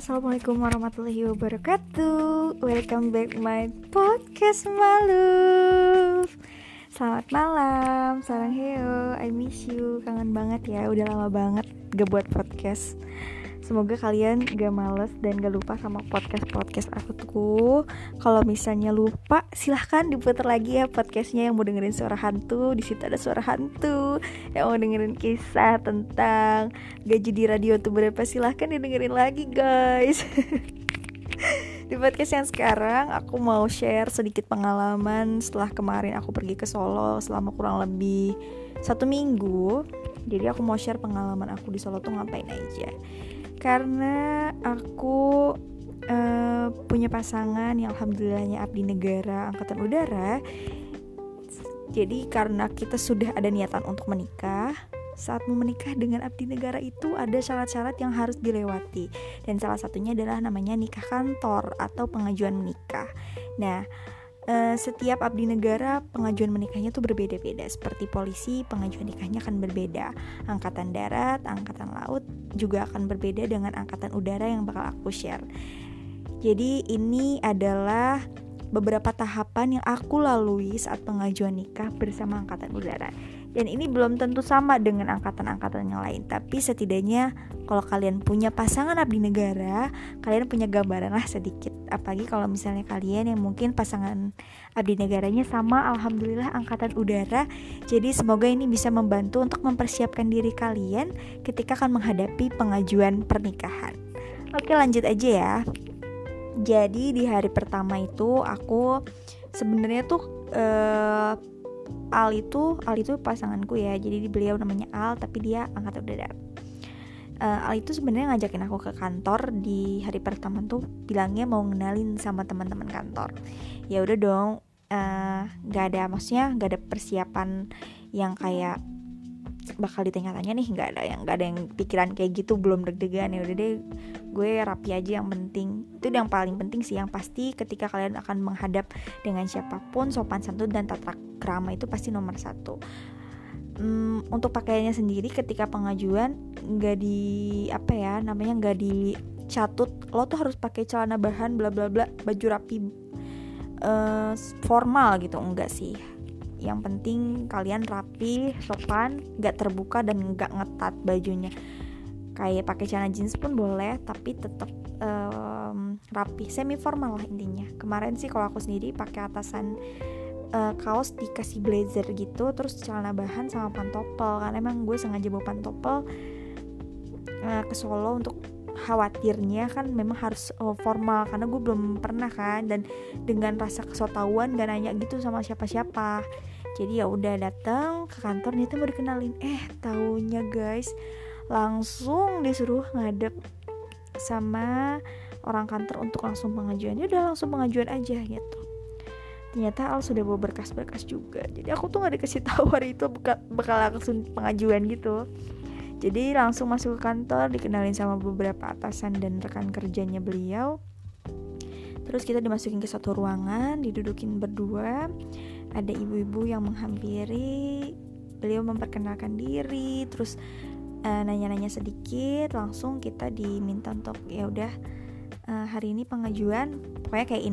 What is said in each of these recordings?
Assalamualaikum warahmatullahi wabarakatuh. Welcome back my podcast Maluf. Selamat malam, saranghayo, I miss you. Kangen banget ya, udah lama banget gak buat podcast. Semoga kalian gak males dan gak lupa sama podcast aku tuh. Kalau misalnya lupa, silahkan diputar lagi ya podcastnya. Yang mau dengerin suara hantu, di situ ada suara hantu. Yang mau dengerin kisah tentang gaji di radio tuh berapa, silahkan didengerin lagi guys. Di podcast yang sekarang aku mau share sedikit pengalaman setelah kemarin aku pergi ke Solo selama kurang lebih 1 minggu. Jadi aku mau share pengalaman aku di Solo tuh ngapain aja. Karena aku punya pasangan yang alhamdulillahnya abdi negara angkatan udara. Jadi karena kita sudah ada niatan untuk menikah, saat mau menikah dengan abdi negara itu ada syarat-syarat yang harus dilewati. Dan salah satunya adalah namanya nikah kantor atau pengajuan menikah. Nah, setiap abdi negara pengajuan menikahnya tuh berbeda-beda. Seperti polisi, pengajuan nikahnya akan berbeda. Angkatan darat, angkatan laut juga akan berbeda dengan angkatan udara yang bakal aku share. Jadi ini adalah beberapa tahapan yang aku lalui saat pengajuan nikah bersama angkatan udara. Dan ini belum tentu sama dengan angkatan-angkatan yang lain, tapi setidaknya kalau kalian punya pasangan abdi negara, kalian punya gambaran lah sedikit. Apalagi kalau misalnya kalian yang mungkin pasangan abdi negaranya sama, alhamdulillah angkatan udara. Jadi semoga ini bisa membantu untuk mempersiapkan diri kalian ketika akan menghadapi pengajuan pernikahan. Oke, lanjut aja ya. Jadi di hari pertama itu aku sebenarnya tuh Al itu pasanganku ya. Jadi beliau namanya Al, tapi dia angkatan udara. Al itu sebenarnya ngajakin aku ke kantor di hari pertama tuh, bilangnya mau ngenalin sama teman-teman kantor. Ya udah dong, nggak ada persiapan yang kayak bakal ditanya-tanya nih, nggak ada yang pikiran kayak gitu, belum deg-degan. Ya udah deh, gue rapi aja yang penting. Itu yang paling penting sih, yang pasti ketika kalian akan menghadap dengan siapapun, sopan santun dan tata krama itu pasti nomor 1. Untuk pakaiannya sendiri ketika pengajuan nggak dicatut lo tuh harus pakai celana bahan bla bla bla, baju rapi formal gitu, enggak sih. Yang penting kalian rapi, sopan, gak terbuka dan gak ngetat bajunya. Kayak pakai celana jeans pun boleh, tapi tetap rapi, semi formal lah intinya. Kemarin sih kalau aku sendiri pakai atasan kaos dikasih blazer gitu, terus celana bahan sama pantopel. Karena emang gue sengaja bawa pantopel ke Solo untuk khawatirnya kan memang harus formal, karena gue belum pernah kan, dan dengan rasa kesotauan gak nanya gitu sama siapa-siapa. Jadi ya udah datang ke kantor, dia tuh mau dikenalin, taunya guys langsung disuruh ngadep sama orang kantor untuk langsung pengajuan. Ya udah langsung pengajuan aja gitu. Ternyata Al sudah bawa berkas-berkas juga. Jadi aku tuh gak dikasih tahu hari itu bakal langsung pengajuan gitu. Jadi langsung masuk ke kantor, dikenalin sama beberapa atasan dan rekan kerjanya beliau. Terus kita dimasukin ke satu ruangan, didudukin berdua. Ada ibu-ibu yang menghampiri, beliau memperkenalkan diri, terus nanya-nanya sedikit. Langsung kita diminta untuk ya udah hari ini pengajuan, pokoknya kayak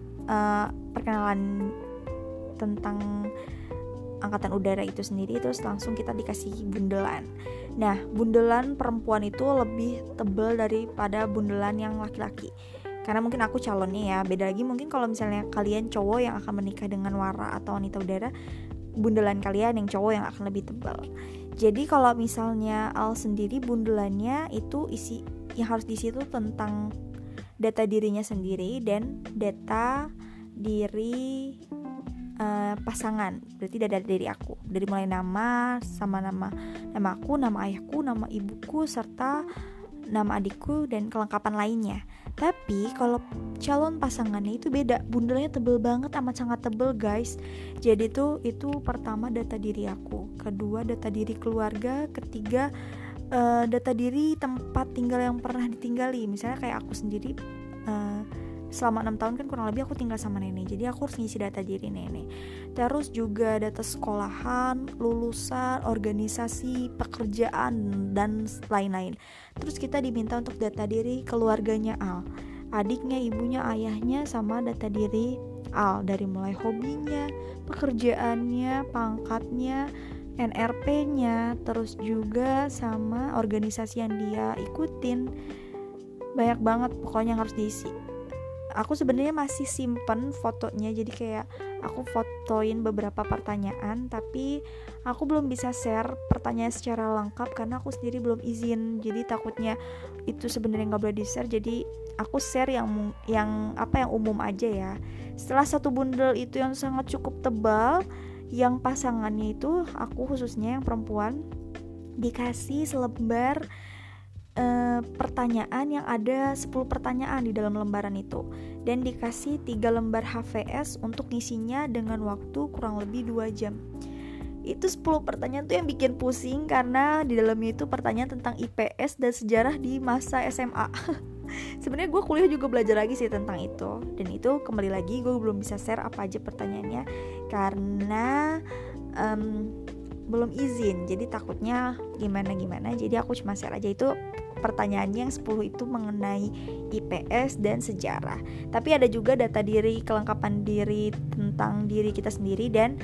perkenalan tentang angkatan udara itu sendiri. Terus langsung kita dikasih bundelan. Nah, bundelan perempuan itu lebih tebal daripada bundelan yang laki-laki. Karena mungkin aku calonnya ya, beda lagi mungkin kalau misalnya kalian cowok yang akan menikah dengan wara atau wanita udara, bundelan kalian yang cowok yang akan lebih tebal. Jadi kalau misalnya Al sendiri, bundelannya itu isi yang harus diisi itu tentang data dirinya sendiri dan data diri pasangan. Berarti data diri aku, dari mulai nama sama nama aku, nama ayahku, nama ibuku, serta nama adikku dan kelengkapan lainnya. Tapi kalau calon pasangannya itu beda, bundelnya tebel banget, amat sangat tebel guys. Jadi itu pertama data diri aku, kedua data diri keluarga, ketiga data diri tempat tinggal yang pernah ditinggali. Misalnya kayak aku sendiri selama 6 tahun kan kurang lebih aku tinggal sama nenek, jadi aku harus ngisi data diri nenek, terus juga data sekolahan, lulusan, organisasi, pekerjaan, dan lain-lain. Terus kita diminta untuk data diri keluarganya Al, adiknya, ibunya, ayahnya, sama data diri Al, dari mulai hobinya, pekerjaannya, pangkatnya, NRP-nya, terus juga sama organisasi yang dia ikutin. Banyak banget pokoknya yang harus diisi. Aku sebenarnya masih simpen fotonya, jadi kayak aku fotoin beberapa pertanyaan, tapi aku belum bisa share pertanyaan secara lengkap karena aku sendiri belum izin. Jadi takutnya itu sebenarnya nggak boleh di share, jadi aku share yang umum aja ya. Setelah satu bundel itu yang sangat cukup tebal, yang pasangannya itu aku khususnya yang perempuan dikasih selembar pertanyaan yang ada 10 pertanyaan di dalam lembaran itu, dan dikasih 3 lembar HVS untuk ngisinya dengan waktu kurang lebih 2 jam. Itu 10 pertanyaan tuh yang bikin pusing karena di dalamnya itu pertanyaan tentang IPS dan sejarah di masa SMA. Sebenarnya gue kuliah juga belajar lagi sih tentang itu, dan itu kembali lagi gue belum bisa share apa aja pertanyaannya karena belum izin, jadi takutnya gimana, jadi aku cuma share aja itu pertanyaannya yang 10 itu mengenai IPS dan sejarah. Tapi ada juga data diri, kelengkapan diri tentang diri kita sendiri, dan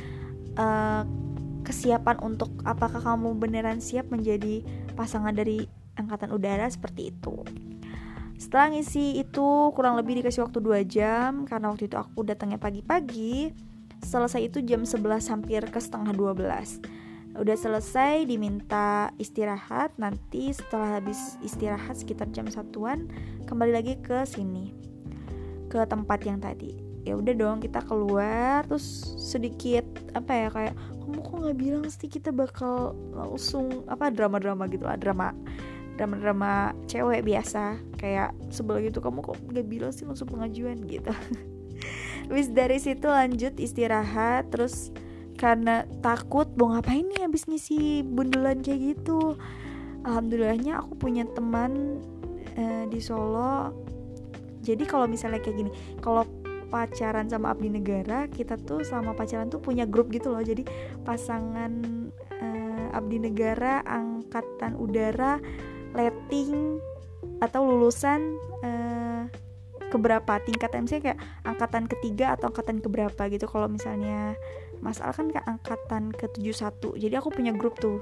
kesiapan untuk apakah kamu beneran siap menjadi pasangan dari angkatan udara, seperti itu. Setelah ngisi itu kurang lebih dikasih waktu 2 jam, karena waktu itu aku datangnya pagi-pagi. Selesai itu jam 11 hampir ke setengah 12. Udah selesai diminta istirahat. Nanti setelah habis istirahat sekitar jam 1-an kembali lagi ke sini, ke tempat yang tadi. Ya udah dong, kita keluar terus sedikit kayak kamu kok nggak bilang sih kita bakal langsung drama-drama gitu lah, drama cewek biasa kayak sebel gitu, kamu kok nggak bilang sih langsung pengajuan gitu. Habis dari situ lanjut istirahat, terus karena takut mau ngapain nih habis ngisi bundelan kayak gitu. Alhamdulillahnya aku punya teman di Solo. Jadi kalau misalnya kayak gini, kalau pacaran sama abdi negara, kita tuh selama pacaran tuh punya grup gitu loh. Jadi pasangan abdi negara, angkatan udara, letting atau lulusan keberapa tingkat, misalnya kayak angkatan ketiga atau angkatan keberapa gitu. Kalau misalnya Mas Al kan kayak angkatan ke-71. Jadi aku punya grup tuh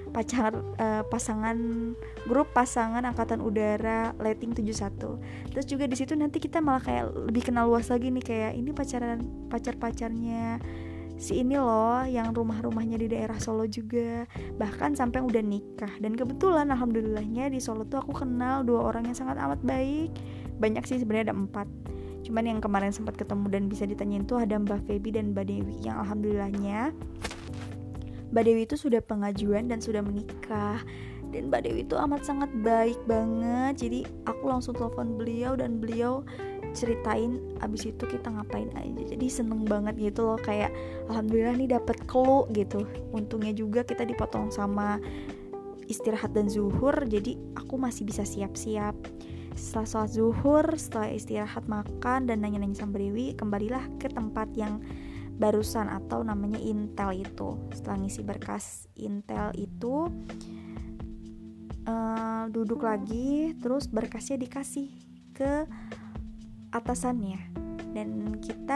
pasangan angkatan udara letting 71. Terus juga di situ nanti kita malah kayak lebih kenal luas lagi nih, kayak ini pacarnya si ini loh yang rumahnya di daerah Solo juga, bahkan sampai udah nikah. Dan kebetulan alhamdulillahnya di Solo tuh aku kenal 2 orang yang sangat amat baik. Banyak sih sebenarnya, ada 4, cuman yang kemarin sempat ketemu dan bisa ditanyain tuh ada Mbak Feby dan Mbak Dewi, yang alhamdulillahnya Mbak Dewi itu sudah pengajuan dan sudah menikah. Dan Mbak Dewi itu amat sangat baik banget. Jadi aku langsung telepon beliau dan beliau ceritain abis itu kita ngapain aja. Jadi seneng banget gitu loh, kayak alhamdulillah nih dapet clue gitu. Untungnya juga kita dipotong sama istirahat dan zuhur, jadi aku masih bisa siap-siap. Setelah sholat zuhur, setelah istirahat, makan, dan nanya-nanya sama Dewi, kembalilah ke tempat yang barusan atau namanya Intel itu. Setelah ngisi berkas Intel itu, duduk lagi, terus berkasnya dikasih ke atasannya, dan kita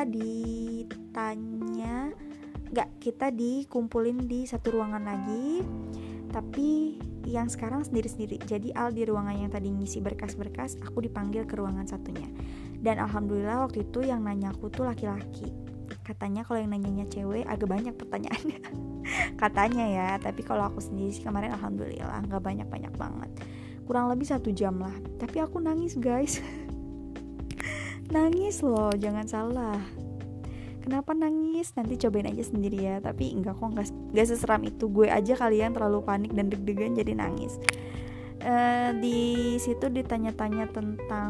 kita dikumpulin di satu ruangan lagi, tapi yang sekarang sendiri-sendiri. Jadi Al di ruangan yang tadi ngisi berkas-berkas, aku dipanggil ke ruangan satunya. Dan alhamdulillah waktu itu yang nanya aku tuh laki-laki. Katanya kalau yang nanyanya cewek agak banyak pertanyaannya. Katanya ya, tapi kalau aku sendiri sih kemarin alhamdulillah gak banyak-banyak banget. Kurang lebih 1 jam lah. Tapi aku nangis guys. Nangis loh, jangan salah. Kenapa nangis? Nanti cobain aja sendiri ya. Tapi enggak kok, enggak seseram itu. Gue aja kalian terlalu panik dan deg-degan jadi nangis. Di situ ditanya-tanya tentang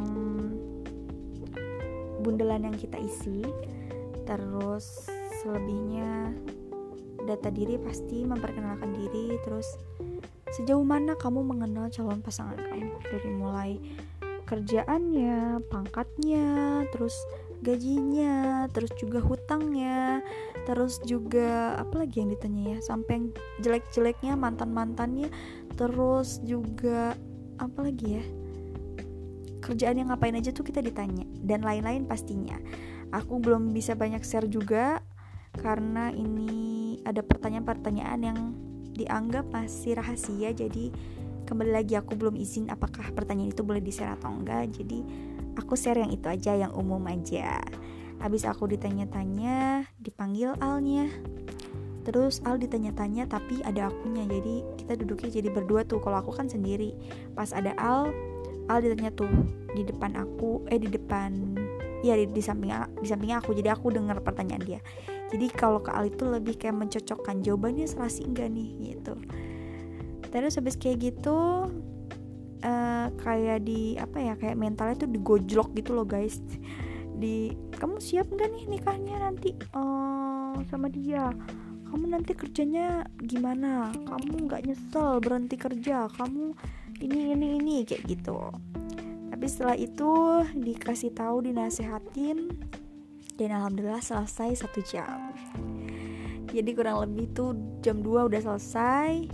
bundelan yang kita isi. Terus selebihnya data diri, pasti memperkenalkan diri. Terus sejauh mana kamu mengenal calon pasangan kamu, dari mulai kerjaannya, pangkatnya, terus gajinya, terus juga hutangnya, terus juga apa lagi yang ditanya ya, sampai yang jelek-jeleknya, mantan-mantannya, terus juga apa lagi ya, kerjaan yang ngapain aja tuh kita ditanya, dan lain-lain pastinya. Aku belum bisa banyak share juga karena ini ada pertanyaan-pertanyaan yang dianggap masih rahasia. Jadi kembali lagi, aku belum izin apakah pertanyaan itu boleh di-share atau enggak. Jadi aku share yang itu aja, yang umum aja. Habis aku ditanya-tanya, dipanggil Alnya. Terus Al ditanya-tanya tapi ada akunya, jadi kita duduknya jadi berdua tuh. Kalau aku kan sendiri. Pas ada Al ditanya tuh di depan aku, di sampingnya aku. Jadi aku dengar pertanyaan dia. Jadi kalau ke Al itu lebih kayak mencocokkan jawabannya serasi enggak nih gitu. Terus habis kayak gitu kayak kayak mentalnya tuh digojlok gitu loh guys. Kamu siap enggak nih nikahnya nanti sama dia? Kamu nanti kerjanya gimana? Kamu nggak nyesel berhenti kerja? Kamu ini kayak gitu. Tapi setelah itu dikasih tahu, dinasehatin, dan alhamdulillah selesai 1 jam. Jadi kurang lebih tuh jam 2 udah selesai.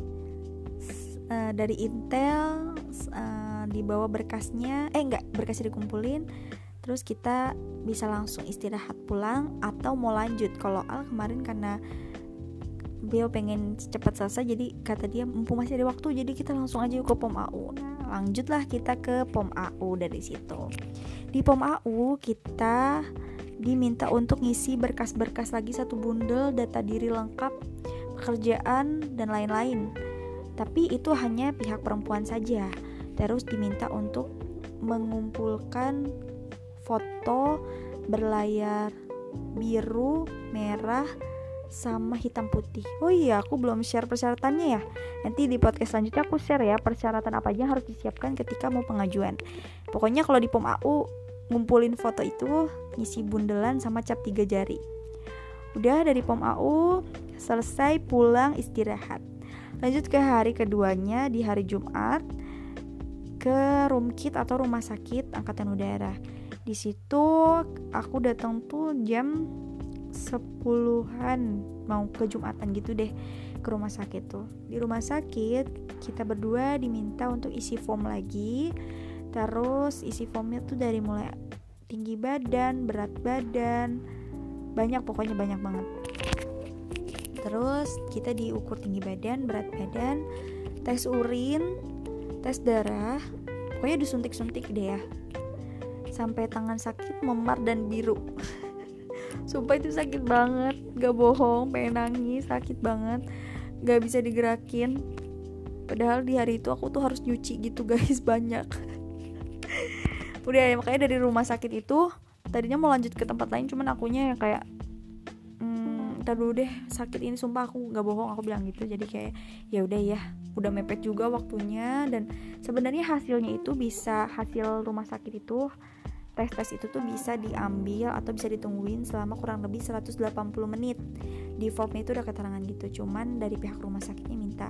Dari Intel dibawa berkasnya, berkasnya dikumpulin. Terus kita bisa langsung istirahat pulang atau mau lanjut. Kalau Al kemarin karena beliau pengen cepat selesai, jadi kata dia mumpung masih ada waktu, jadi kita langsung aja ke POM AU. Nah, lanjutlah kita ke POM AU. Dari situ di POM AU kita diminta untuk ngisi berkas-berkas lagi 1 bundel, data diri lengkap, pekerjaan dan lain-lain. Tapi itu hanya pihak perempuan saja. Terus diminta untuk mengumpulkan foto berlayar biru, merah, sama hitam putih. Oh iya, aku belum share persyaratannya ya. Nanti di podcast selanjutnya aku share ya persyaratan apa aja harus disiapkan ketika mau pengajuan. Pokoknya kalau di POM AU ngumpulin foto itu, ngisi bundelan sama cap 3 jari. Udah dari POM AU selesai, pulang istirahat. Lanjut ke hari keduanya di hari Jumat ke Rumkit atau rumah sakit Angkatan Udara. Di situ aku datang tuh jam 10-an, mau ke Jumatan gitu deh, ke rumah sakit tuh. Di rumah sakit kita berdua diminta untuk isi form lagi. Terus isi formnya tuh dari mulai tinggi badan, berat badan, pokoknya banyak banget. Terus kita diukur tinggi badan, berat badan, tes urin, tes darah, pokoknya disuntik-suntik deh ya. Sampai tangan sakit, memar dan biru. Sumpah itu sakit banget, gak bohong, pengen nangis, sakit banget, gak bisa digerakin. Padahal di hari itu aku tuh harus nyuci gitu guys, banyak. Udah ya, makanya dari rumah sakit itu tadinya mau lanjut ke tempat lain, cuman akunya yang kayak ntar dulu deh, sakit ini sumpah, aku gak bohong, aku bilang gitu. Jadi kayak ya udah ya, udah mepet juga waktunya. Dan sebenarnya hasilnya itu bisa, hasil rumah sakit itu, tes itu tuh bisa diambil atau bisa ditungguin selama kurang lebih 180 menit. Di formnya itu udah keterangan gitu. Cuman dari pihak rumah sakitnya minta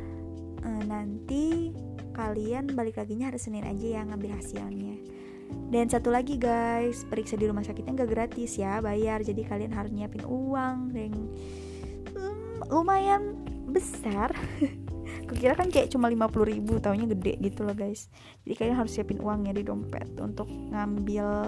nanti kalian balik laginya hari Senin aja ya ngambil hasilnya. Dan satu lagi guys, periksa di rumah sakitnya gak gratis ya, bayar. Jadi kalian harus nyiapin uang yang lumayan besar. Kukira kan kayak cuma 50.000, taunya gede gitu loh guys. Jadi kalian harus siapin uangnya di dompet untuk ngambil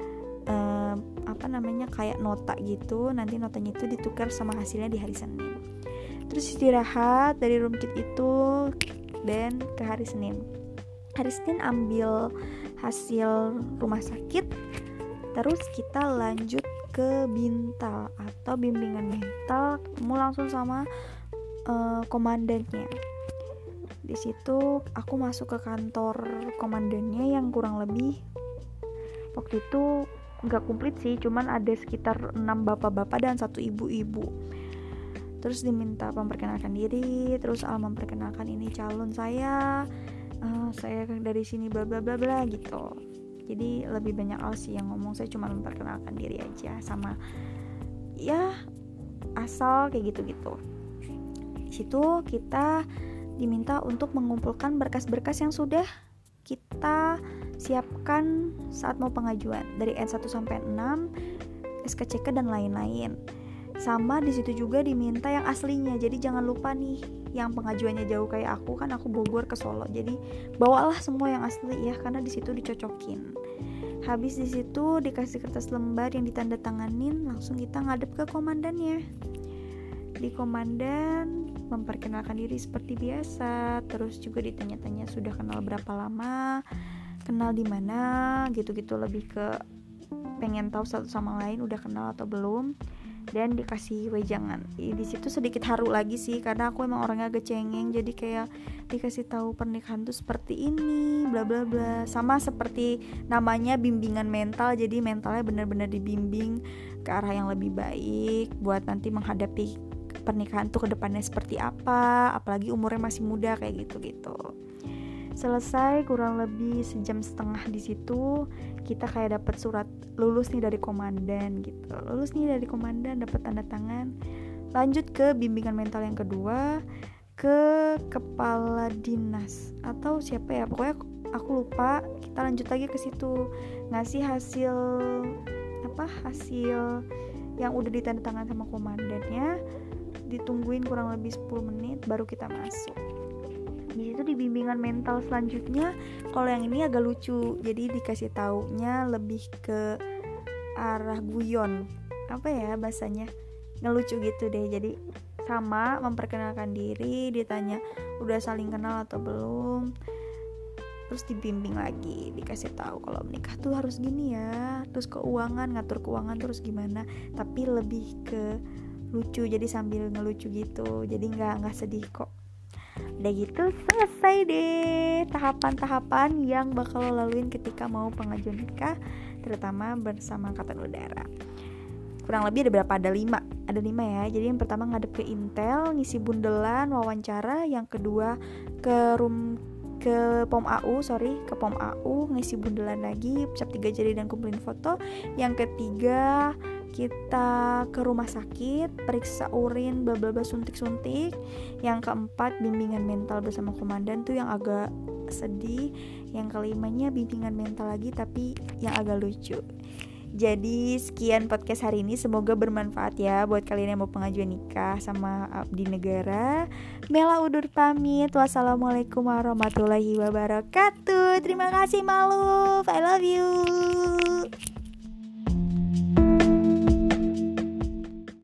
kayak nota gitu. Nanti notanya itu ditukar sama hasilnya di hari Senin. Terus istirahat dari Rumkit itu dan ke hari Senin. Hari Senin ambil hasil rumah sakit. Terus kita lanjut ke Bintal atau bimbingan mental, ketemu langsung sama komandannya. Di situ aku masuk ke kantor komandannya yang kurang lebih waktu itu nggak komplit sih, cuman ada sekitar 6 bapak-bapak dan 1 ibu-ibu. Terus diminta memperkenalkan diri, terus memperkenalkan ini calon saya dari sini bla bla bla bla gitu. Jadi lebih banyak sih yang ngomong, saya cuma memperkenalkan diri aja sama ya asal kayak gitu-gitu. Di situ kita diminta untuk mengumpulkan berkas-berkas yang sudah kita siapkan saat mau pengajuan dari N1 sampai 6, SKCK dan lain-lain. Sama di situ juga diminta yang aslinya. Jadi jangan lupa nih yang pengajuannya jauh kayak aku, kan aku Bogor ke Solo. Jadi bawalah semua yang asli ya, karena di situ dicocokin. Habis di situ dikasih kertas lembar yang ditandatanganin, langsung kita ngadep ke komandannya. Di komandan memperkenalkan diri seperti biasa, terus juga ditanya-tanya sudah kenal berapa lama, kenal di mana, gitu-gitu, lebih ke pengen tahu satu sama lain udah kenal atau belum, dan dikasih wejangan. Di situ sedikit haru lagi sih, karena aku emang orangnya agak cengeng, jadi kayak dikasih tahu pernikahan tuh seperti ini, bla bla bla. Sama seperti namanya bimbingan mental, jadi mentalnya benar-benar dibimbing ke arah yang lebih baik buat nanti menghadapi pernikahan tuh kedepannya seperti apa, apalagi umurnya masih muda kayak gitu-gitu. Selesai kurang lebih sejam setengah di situ, kita kayak dapat surat lulus nih dari komandan gitu. Lulus nih dari komandan, dapat tanda tangan. Lanjut ke bimbingan mental yang kedua, ke kepala dinas atau siapa ya, pokoknya aku lupa. Kita lanjut lagi ke situ, ngasih hasil yang udah ditanda tangan sama komandannya. Ditungguin kurang lebih 10 menit baru kita masuk. Di situ di bimbingan mental selanjutnya, kalau yang ini agak lucu. Jadi dikasih taunya lebih ke arah guyon. Apa ya bahasanya? Ngelucu gitu deh. Jadi sama memperkenalkan diri, ditanya udah saling kenal atau belum. Terus dibimbing lagi, dikasih tahu kalau menikah tuh harus gini ya. Terus keuangan, ngatur keuangan terus gimana. Tapi lebih ke lucu, jadi sambil ngelucu gitu, jadi nggak sedih kok. Udah gitu selesai deh tahapan-tahapan yang bakal lo laluin ketika mau pengajuan nikah, terutama bersama Angkatan Udara. Kurang lebih ada berapa? Ada 5 ya. Jadi yang pertama ngadep ke Intel, ngisi bundelan, wawancara. Yang kedua ke POM AU, ngisi bundelan lagi, ucap 3 jari dan kumpulin foto. Yang ketiga kita ke rumah sakit, periksa urin, bla bla bla, suntik-suntik. Yang keempat bimbingan mental bersama komandan tuh yang agak sedih. Yang kelimanya bimbingan mental lagi tapi yang agak lucu. Jadi sekian podcast hari ini, semoga bermanfaat ya buat kalian yang mau pengajuan nikah sama abdi negara. Mela undur pamit. Wassalamualaikum warahmatullahi wabarakatuh. Terima kasih Maluf, I love you.